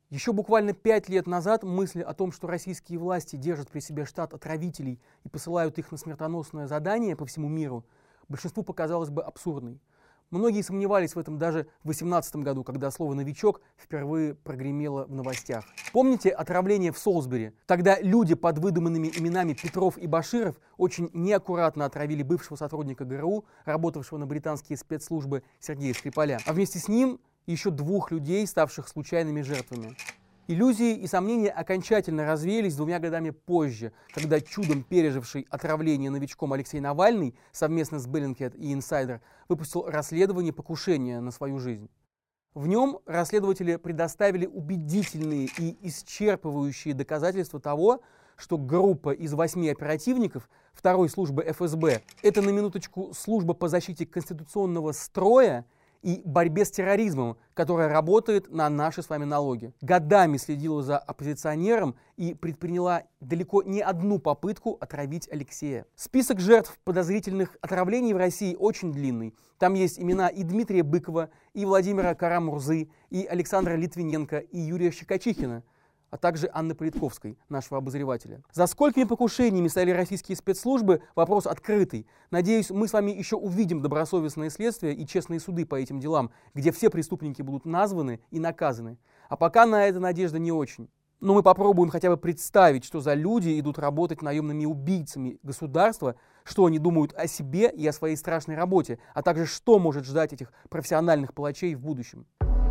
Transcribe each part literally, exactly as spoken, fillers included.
Еще буквально пять лет назад мысль о том, что российские власти держат при себе штат отравителей и посылают их на смертоносное задание по всему миру, большинству показалось бы абсурдной. Многие сомневались в этом даже в две тысячи восемнадцатом году, когда слово «новичок» впервые прогремело в новостях. Помните отравление в Солсбери? Тогда люди под выдуманными именами Петров и Баширов очень неаккуратно отравили бывшего сотрудника ГРУ, работавшего на британские спецслужбы Сергея Скрипаля, а вместе с ним еще двух людей, ставших случайными жертвами. Иллюзии и сомнения окончательно развеялись двумя годами позже, когда чудом переживший отравление новичком Алексей Навальный совместно с Bellingcat и Insider выпустил расследование покушения на свою жизнь. В нем расследователи предоставили убедительные и исчерпывающие доказательства того, что группа из восьми оперативников второй службы эф эс бэ – это на минуточку служба по защите конституционного строя и борьбе с терроризмом, которая работает на наши с вами налоги. Годами следила за оппозиционером и предприняла далеко не одну попытку отравить Алексея. Список жертв подозрительных отравлений в России очень длинный. Там есть имена и Дмитрия Быкова, и Владимира Кара-Мурзы, и Александра Литвиненко, и Юрия Щекочихина, а также Анны Политковской, нашего обозревателя. За сколькими покушениями стояли российские спецслужбы, вопрос открытый. Надеюсь, мы с вами еще увидим добросовестное следствие и честные суды по этим делам, где все преступники будут названы и наказаны. А пока на это надежда не очень. Но мы попробуем хотя бы представить, что за люди идут работать наемными убийцами государства, что они думают о себе и о своей страшной работе, а также что может ждать этих профессиональных палачей в будущем.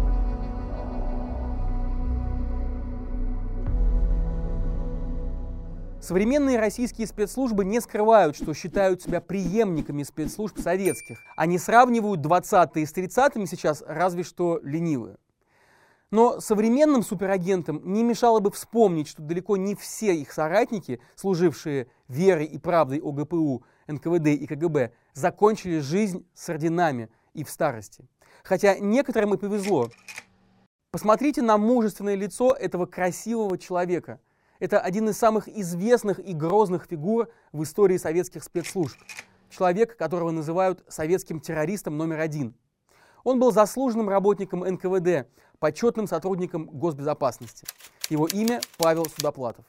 Современные российские спецслужбы не скрывают, что считают себя преемниками спецслужб советских. Они сравнивают двадцатые с тридцатыми сейчас, разве что ленивые. Но современным суперагентам не мешало бы вспомнить, что далеко не все их соратники, служившие верой и правдой о гэ пэ у, эн ка вэ дэ и ка гэ бэ, закончили жизнь с орденами и в старости. Хотя некоторым и повезло. Посмотрите на мужественное лицо этого красивого человека. Это один из самых известных и грозных фигур в истории советских спецслужб. Человек, которого называют советским террористом номер один. Он был заслуженным работником эн ка вэ дэ, почетным сотрудником госбезопасности. Его имя Павел Судоплатов.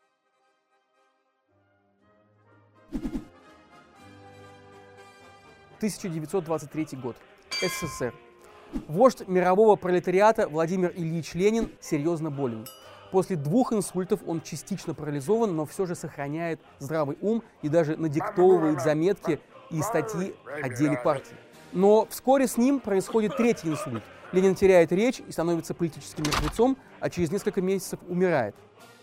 тысяча девятьсот двадцать третий год. эс эс эс эр. Вождь мирового пролетариата Владимир Ильич Ленин серьезно болен. После двух инсультов он частично парализован, но все же сохраняет здравый ум и даже надиктовывает заметки и статьи о деле партии. Но вскоре с ним происходит третий инсульт. Ленин теряет речь и становится политическим мертвецом, а через несколько месяцев умирает.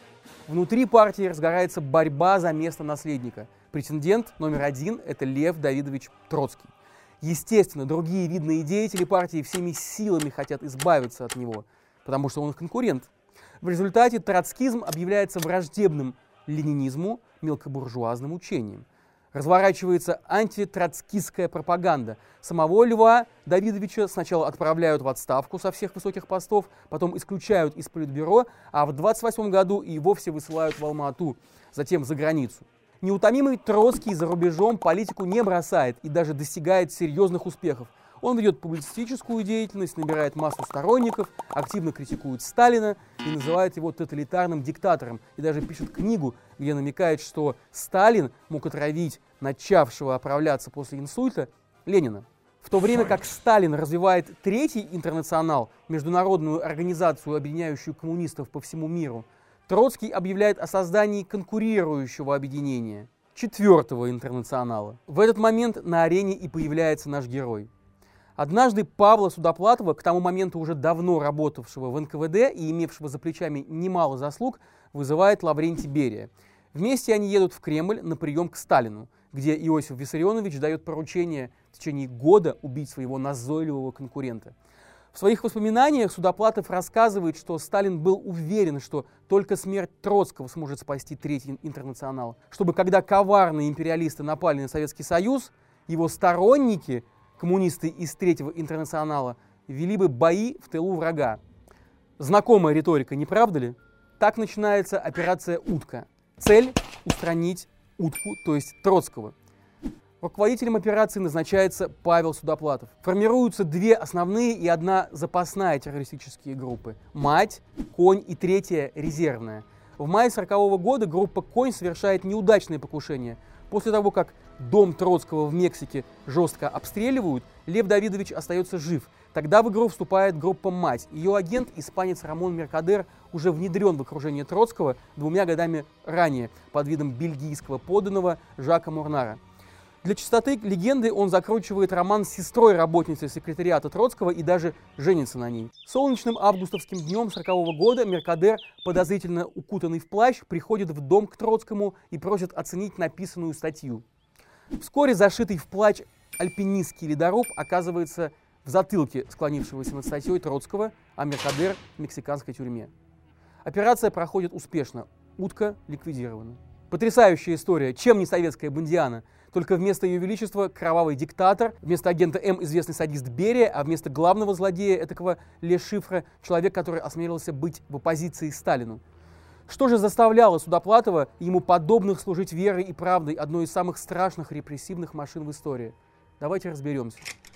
Внутри партии разгорается борьба за место наследника. Претендент номер один – это Лев Давидович Троцкий. Естественно, другие видные деятели партии всеми силами хотят избавиться от него, потому что он их конкурент. В результате троцкизм объявляется враждебным ленинизму, мелкобуржуазным учением. Разворачивается антитроцкистская пропаганда. Самого Льва Давидовича сначала отправляют в отставку со всех высоких постов, потом исключают из политбюро, а в двадцать восьмом году и вовсе высылают в Алма-Ату, затем за границу. Неутомимый Троцкий за рубежом политику не бросает и даже достигает серьезных успехов. Он ведет публицистическую деятельность, набирает массу сторонников, активно критикует Сталина и называет его тоталитарным диктатором. И даже пишет книгу, где намекает, что Сталин мог отравить начавшего оправляться после инсульта Ленина. В то время как Сталин развивает Третий интернационал, международную организацию, объединяющую коммунистов по всему миру, Троцкий объявляет о создании конкурирующего объединения, Четвертого интернационала. В этот момент на арене и появляется наш герой. Однажды Павла Судоплатова, к тому моменту уже давно работавшего в эн ка вэ дэ и имевшего за плечами немало заслуг, вызывает Лаврентий Берия. Вместе они едут в Кремль на прием к Сталину, где Иосиф Виссарионович дает поручение в течение года убить своего назойливого конкурента. В своих воспоминаниях Судоплатов рассказывает, что Сталин был уверен, что только смерть Троцкого сможет спасти Третий интернационал, чтобы когда коварные империалисты напали на Советский Союз, его сторонники, коммунисты из Третьего интернационала, вели бы бои в тылу врага. Знакомая риторика, не правда ли? Так начинается операция «Утка». Цель – устранить Утку, то есть Троцкого. Руководителем операции назначается Павел Судоплатов. Формируются две основные и одна запасная террористические группы – «Мать», «Конь» и третья – резервная. В мае сорокового года группа «Конь» совершает неудачное покушение. После того, как дом Троцкого в Мексике жестко обстреливают, Лев Давидович остается жив. Тогда в игру вступает группа «Мать». Ее агент, испанец Рамон Меркадер, уже внедрен в окружение Троцкого двумя годами ранее под видом бельгийского подданного Жака Мурнара. Для чистоты легенды он закручивает роман с сестрой работницы секретариата Троцкого и даже женится на ней. Солнечным августовским днем сорокового года Меркадер, подозрительно укутанный в плащ, приходит в дом к Троцкому и просит оценить написанную статью. Вскоре зашитый в плащ альпинистский ледоруб оказывается в затылке склонившегося над статьей Троцкого, а Меркадер в мексиканской тюрьме. Операция проходит успешно. Утка ликвидирована. Потрясающая история. Чем не советская Бондиана? Только вместо Ее Величества кровавый диктатор, вместо агента М известный садист Берия, а вместо главного злодея этакого Ле Шифра человек, который осмелился быть в оппозиции Сталину. Что же заставляло Судоплатова и ему подобных служить верой и правдой одной из самых страшных репрессивных машин в истории? Давайте разберемся.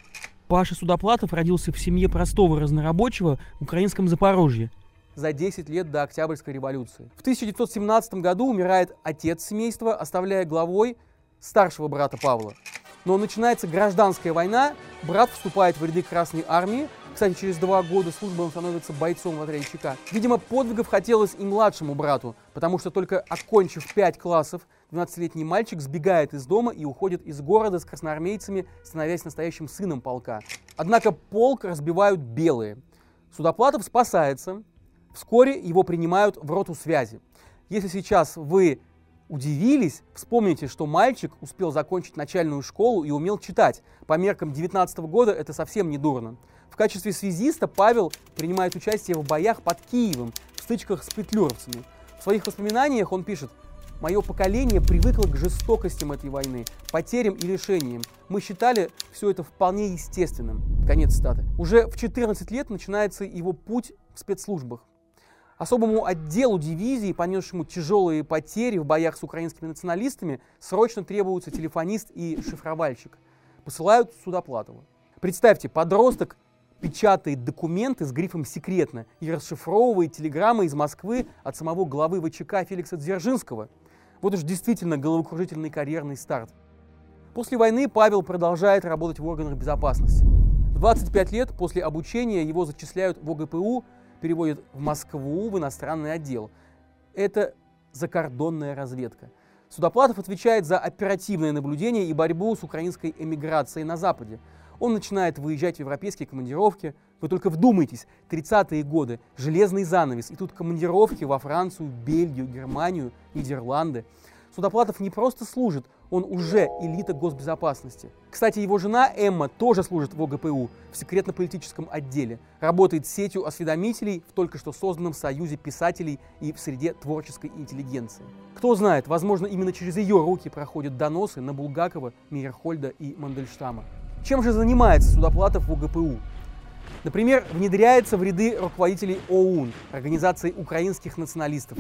Паша Судоплатов родился в семье простого разнорабочего в украинском Запорожье за десять лет до Октябрьской революции. В тысяча девятьсот семнадцатом году умирает отец семейства, оставляя главой старшего брата Павла. Но начинается гражданская война, брат вступает в ряды Красной армии. Кстати, через два года службы он становится бойцом в отряде ЧК. Видимо, подвигов хотелось и младшему брату, потому что только окончив пять классов, двенадцатилетний мальчик сбегает из дома и уходит из города с красноармейцами, становясь настоящим сыном полка. Однако полк разбивают белые. Судоплатов спасается. Вскоре его принимают в роту связи. Если сейчас вы удивились, вспомните, что мальчик успел закончить начальную школу и умел читать. По меркам девятнадцатого года это совсем не дурно. В качестве связиста Павел принимает участие в боях под Киевом, в стычках с петлюровцами. В своих воспоминаниях он пишет: «Мое поколение привыкло к жестокостям этой войны, потерям и лишениям. Мы считали все это вполне естественным». Конец цитаты. Уже в четырнадцать лет начинается его путь в спецслужбах. Особому отделу дивизии, понесшему тяжелые потери в боях с украинскими националистами, срочно требуются телефонист и шифровальщик. Посылают Судоплатова. Представьте, подросток печатает документы с грифом «секретно» и расшифровывает телеграммы из Москвы от самого главы ВЧК Феликса Дзержинского. Вот уж действительно головокружительный карьерный старт. После войны Павел продолжает работать в органах безопасности. В двадцать пять лет после обучения его зачисляют в ОГПУ, переводят в Москву, в иностранный отдел. Это закордонная разведка. Судоплатов отвечает за оперативное наблюдение и борьбу с украинской эмиграцией на Западе. Он начинает выезжать в европейские командировки. Вы только вдумайтесь, тридцатые годы, железный занавес, и тут командировки во Францию, Бельгию, Германию, Нидерланды. Судоплатов не просто служит, он уже элита госбезопасности. Кстати, его жена Эмма тоже служит в ОГПУ, в секретно-политическом отделе. Работает сетью осведомителей в только что созданном союзе писателей и в среде творческой интеллигенции. Кто знает, возможно, именно через ее руки проходят доносы на Булгакова, Мейерхольда и Мандельштама. Чем же занимается Судоплатов в ОГПУ? Например, внедряется в ряды руководителей ОУН, Организации украинских националистов.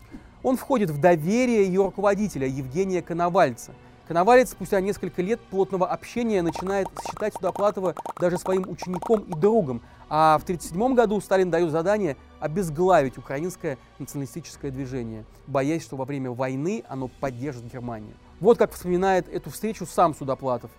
Он входит в доверие ее руководителя Евгения Коновальца. Коновалец спустя несколько лет плотного общения начинает считать Судоплатова даже своим учеником и другом, а в тысяча девятьсот тридцать седьмом году Сталин дает задание обезглавить украинское националистическое движение, боясь, что во время войны оно поддержит Германию. Вот как вспоминает эту встречу сам Судоплатов.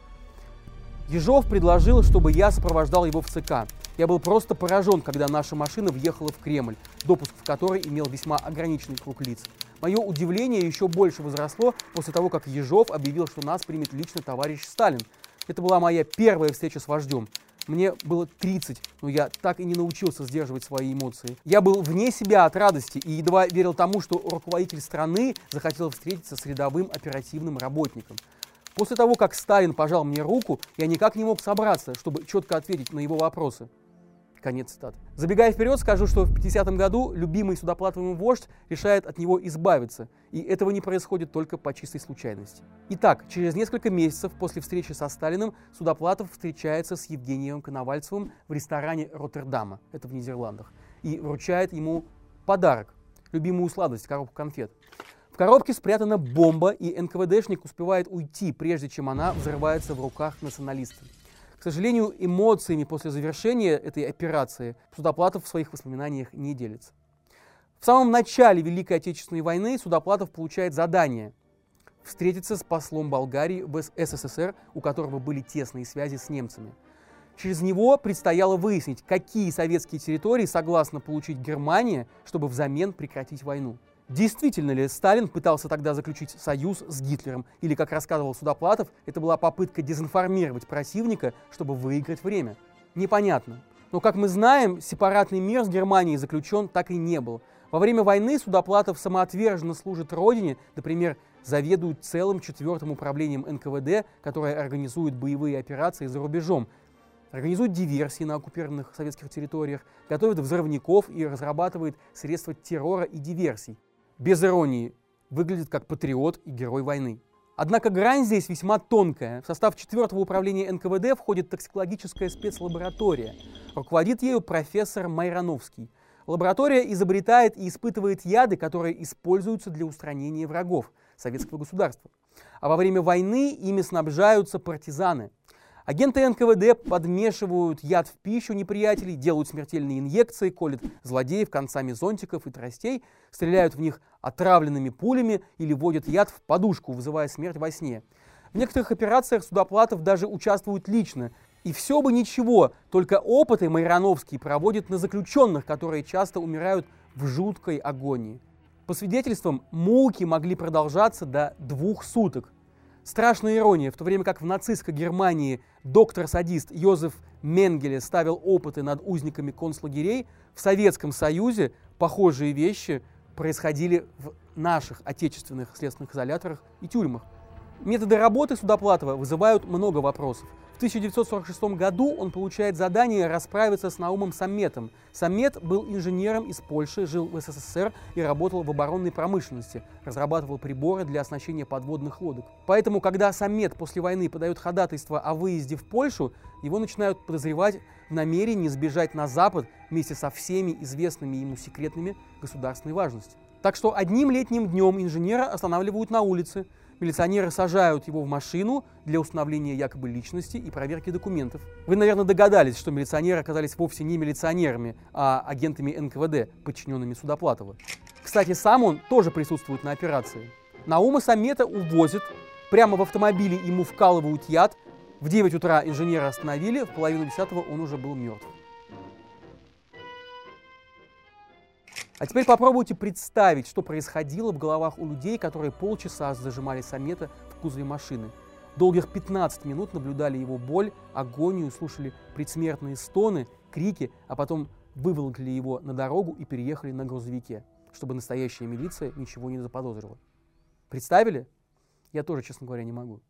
Ежов предложил, чтобы я сопровождал его в ЦК. Я был просто поражен, когда наша машина въехала в Кремль, допуск в который имел весьма ограниченный круг лиц. Мое удивление еще больше возросло после того, как Ежов объявил, что нас примет лично товарищ Сталин. Это была моя первая встреча с вождем. Мне было тридцать, но я так и не научился сдерживать свои эмоции. Я был вне себя от радости и едва верил тому, что руководитель страны захотел встретиться с рядовым оперативным работником. После того, как Сталин пожал мне руку, я никак не мог собраться, чтобы четко ответить на его вопросы. Конец цитаты. Забегая вперед, скажу, что в пятидесятом году любимый Судоплатовым вождь решает от него избавиться, и этого не происходит только по чистой случайности. Итак, через несколько месяцев после встречи со Сталиным Судоплатов встречается с Евгением Коновальцевым в ресторане Роттердама, это в Нидерландах, и вручает ему подарок, любимую сладость, коробку конфет. В коробке спрятана бомба, и эн ка вэ дэшник успевает уйти, прежде чем она взрывается в руках националистов. К сожалению, эмоциями после завершения этой операции Судоплатов в своих воспоминаниях не делится. В самом начале Великой Отечественной войны Судоплатов получает задание встретиться с послом Болгарии в эс эс эс эр, у которого были тесные связи с немцами. Через него предстояло выяснить, какие советские территории согласна получить Германия, чтобы взамен прекратить войну. Действительно ли Сталин пытался тогда заключить союз с Гитлером, или, как рассказывал Судоплатов, это была попытка дезинформировать противника, чтобы выиграть время? Непонятно. Но, как мы знаем, сепаратный мир с Германией заключен так и не был. Во время войны Судоплатов самоотверженно служит Родине, например, заведует целым четвертым управлением эн ка вэ дэ, которое организует боевые операции за рубежом, организует диверсии на оккупированных советских территориях, готовит взрывников и разрабатывает средства террора и диверсий. Без иронии, выглядит как патриот и герой войны. Однако грань здесь весьма тонкая. В состав четвертого управления эн ка вэ дэ входит токсикологическая спецлаборатория. Руководит ею профессор Майрановский. Лаборатория изобретает и испытывает яды, которые используются для устранения врагов советского государства. А во время войны ими снабжаются партизаны. Агенты эн ка вэ дэ подмешивают яд в пищу неприятелей, делают смертельные инъекции, колят злодеев концами зонтиков и тростей, стреляют в них отравленными пулями или вводят яд в подушку, вызывая смерть во сне. В некоторых операциях Судоплатов даже участвует лично. И все бы ничего, только опыты Майрановский проводит на заключенных, которые часто умирают в жуткой агонии. По свидетельствам, муки могли продолжаться до двух суток. Страшная ирония, в то время как в нацистской Германии доктор-садист Йозеф Менгеле ставил опыты над узниками концлагерей, в Советском Союзе похожие вещи происходили в наших отечественных следственных изоляторах и тюрьмах. Методы работы Судоплатова вызывают много вопросов. В тысяча девятьсот сорок шестом году он получает задание расправиться с Наумом Самметом. Саммет был инженером из Польши, жил в эс эс эс эр и работал в оборонной промышленности, разрабатывал приборы для оснащения подводных лодок. Поэтому, когда Саммет после войны подает ходатайство о выезде в Польшу, его начинают подозревать в намерении сбежать на Запад вместе со всеми известными ему секретами государственной важности. Так что одним летним днем инженера останавливают на улице. Милиционеры сажают его в машину для установления якобы личности и проверки документов. Вы, наверное, догадались, что милиционеры оказались вовсе не милиционерами, а агентами эн ка вэ дэ, подчиненными Судоплатова. Кстати, сам он тоже присутствует на операции. Наума Саммета увозят, прямо в автомобиле ему вкалывают яд. В девять утра инженера остановили, в половину десятого он уже был мертв. А теперь попробуйте представить, что происходило в головах у людей, которые полчаса зажимали Саммета в кузове машины. Долгих пятнадцать минут наблюдали его боль, агонию, слушали предсмертные стоны, крики, а потом выволокли его на дорогу и переехали на грузовике, чтобы настоящая милиция ничего не заподозрила. Представили? Я тоже, честно говоря, не могу.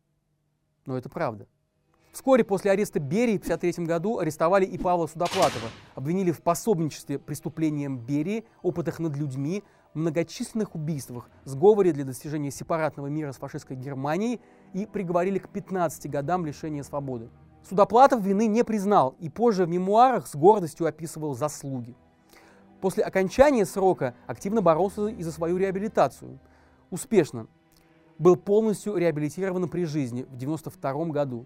Но это правда. Вскоре после ареста Берии в тысяча девятьсот пятьдесят третьем году арестовали и Павла Судоплатова, обвинили в пособничестве преступлениям Берии, опытах над людьми, многочисленных убийствах, сговоре для достижения сепаратного мира с фашистской Германией и приговорили к пятнадцати годам лишения свободы. Судоплатов вины не признал и позже в мемуарах с гордостью описывал заслуги. После окончания срока активно боролся и за свою реабилитацию. Успешно. Был полностью реабилитирован при жизни в девяносто втором году.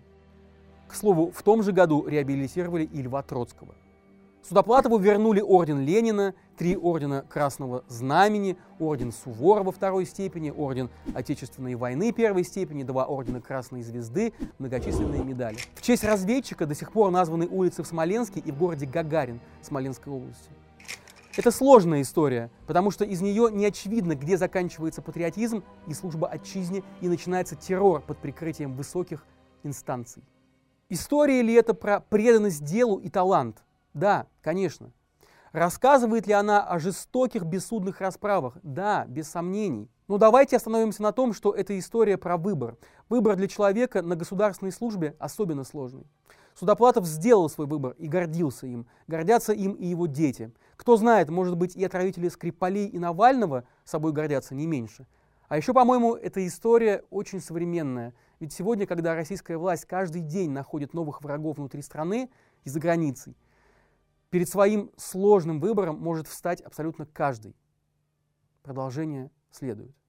К слову, в том же году реабилитировали и Льва Троцкого. Судоплатову вернули орден Ленина, три ордена Красного Знамени, орден Суворова второй степени, орден Отечественной войны первой степени, два ордена Красной Звезды, многочисленные медали. В честь разведчика до сих пор названы улицы в Смоленске и в городе Гагарин Смоленской области. Это сложная история, потому что из нее не очевидно, где заканчивается патриотизм и служба отчизне, и начинается террор под прикрытием высоких инстанций. История ли это про преданность делу и талант? Да, конечно. Рассказывает ли она о жестоких бессудных расправах? Да, без сомнений. Но давайте остановимся на том, что это история про выбор. Выбор для человека на государственной службе особенно сложный. Судоплатов сделал свой выбор и гордился им. Гордятся им и его дети. Кто знает, может быть, и отравители Скрипалей и Навального собой гордятся не меньше. А еще, по-моему, эта история очень современная. Ведь сегодня, когда российская власть каждый день находит новых врагов внутри страны и за границей, перед своим сложным выбором может встать абсолютно каждый. Продолжение следует.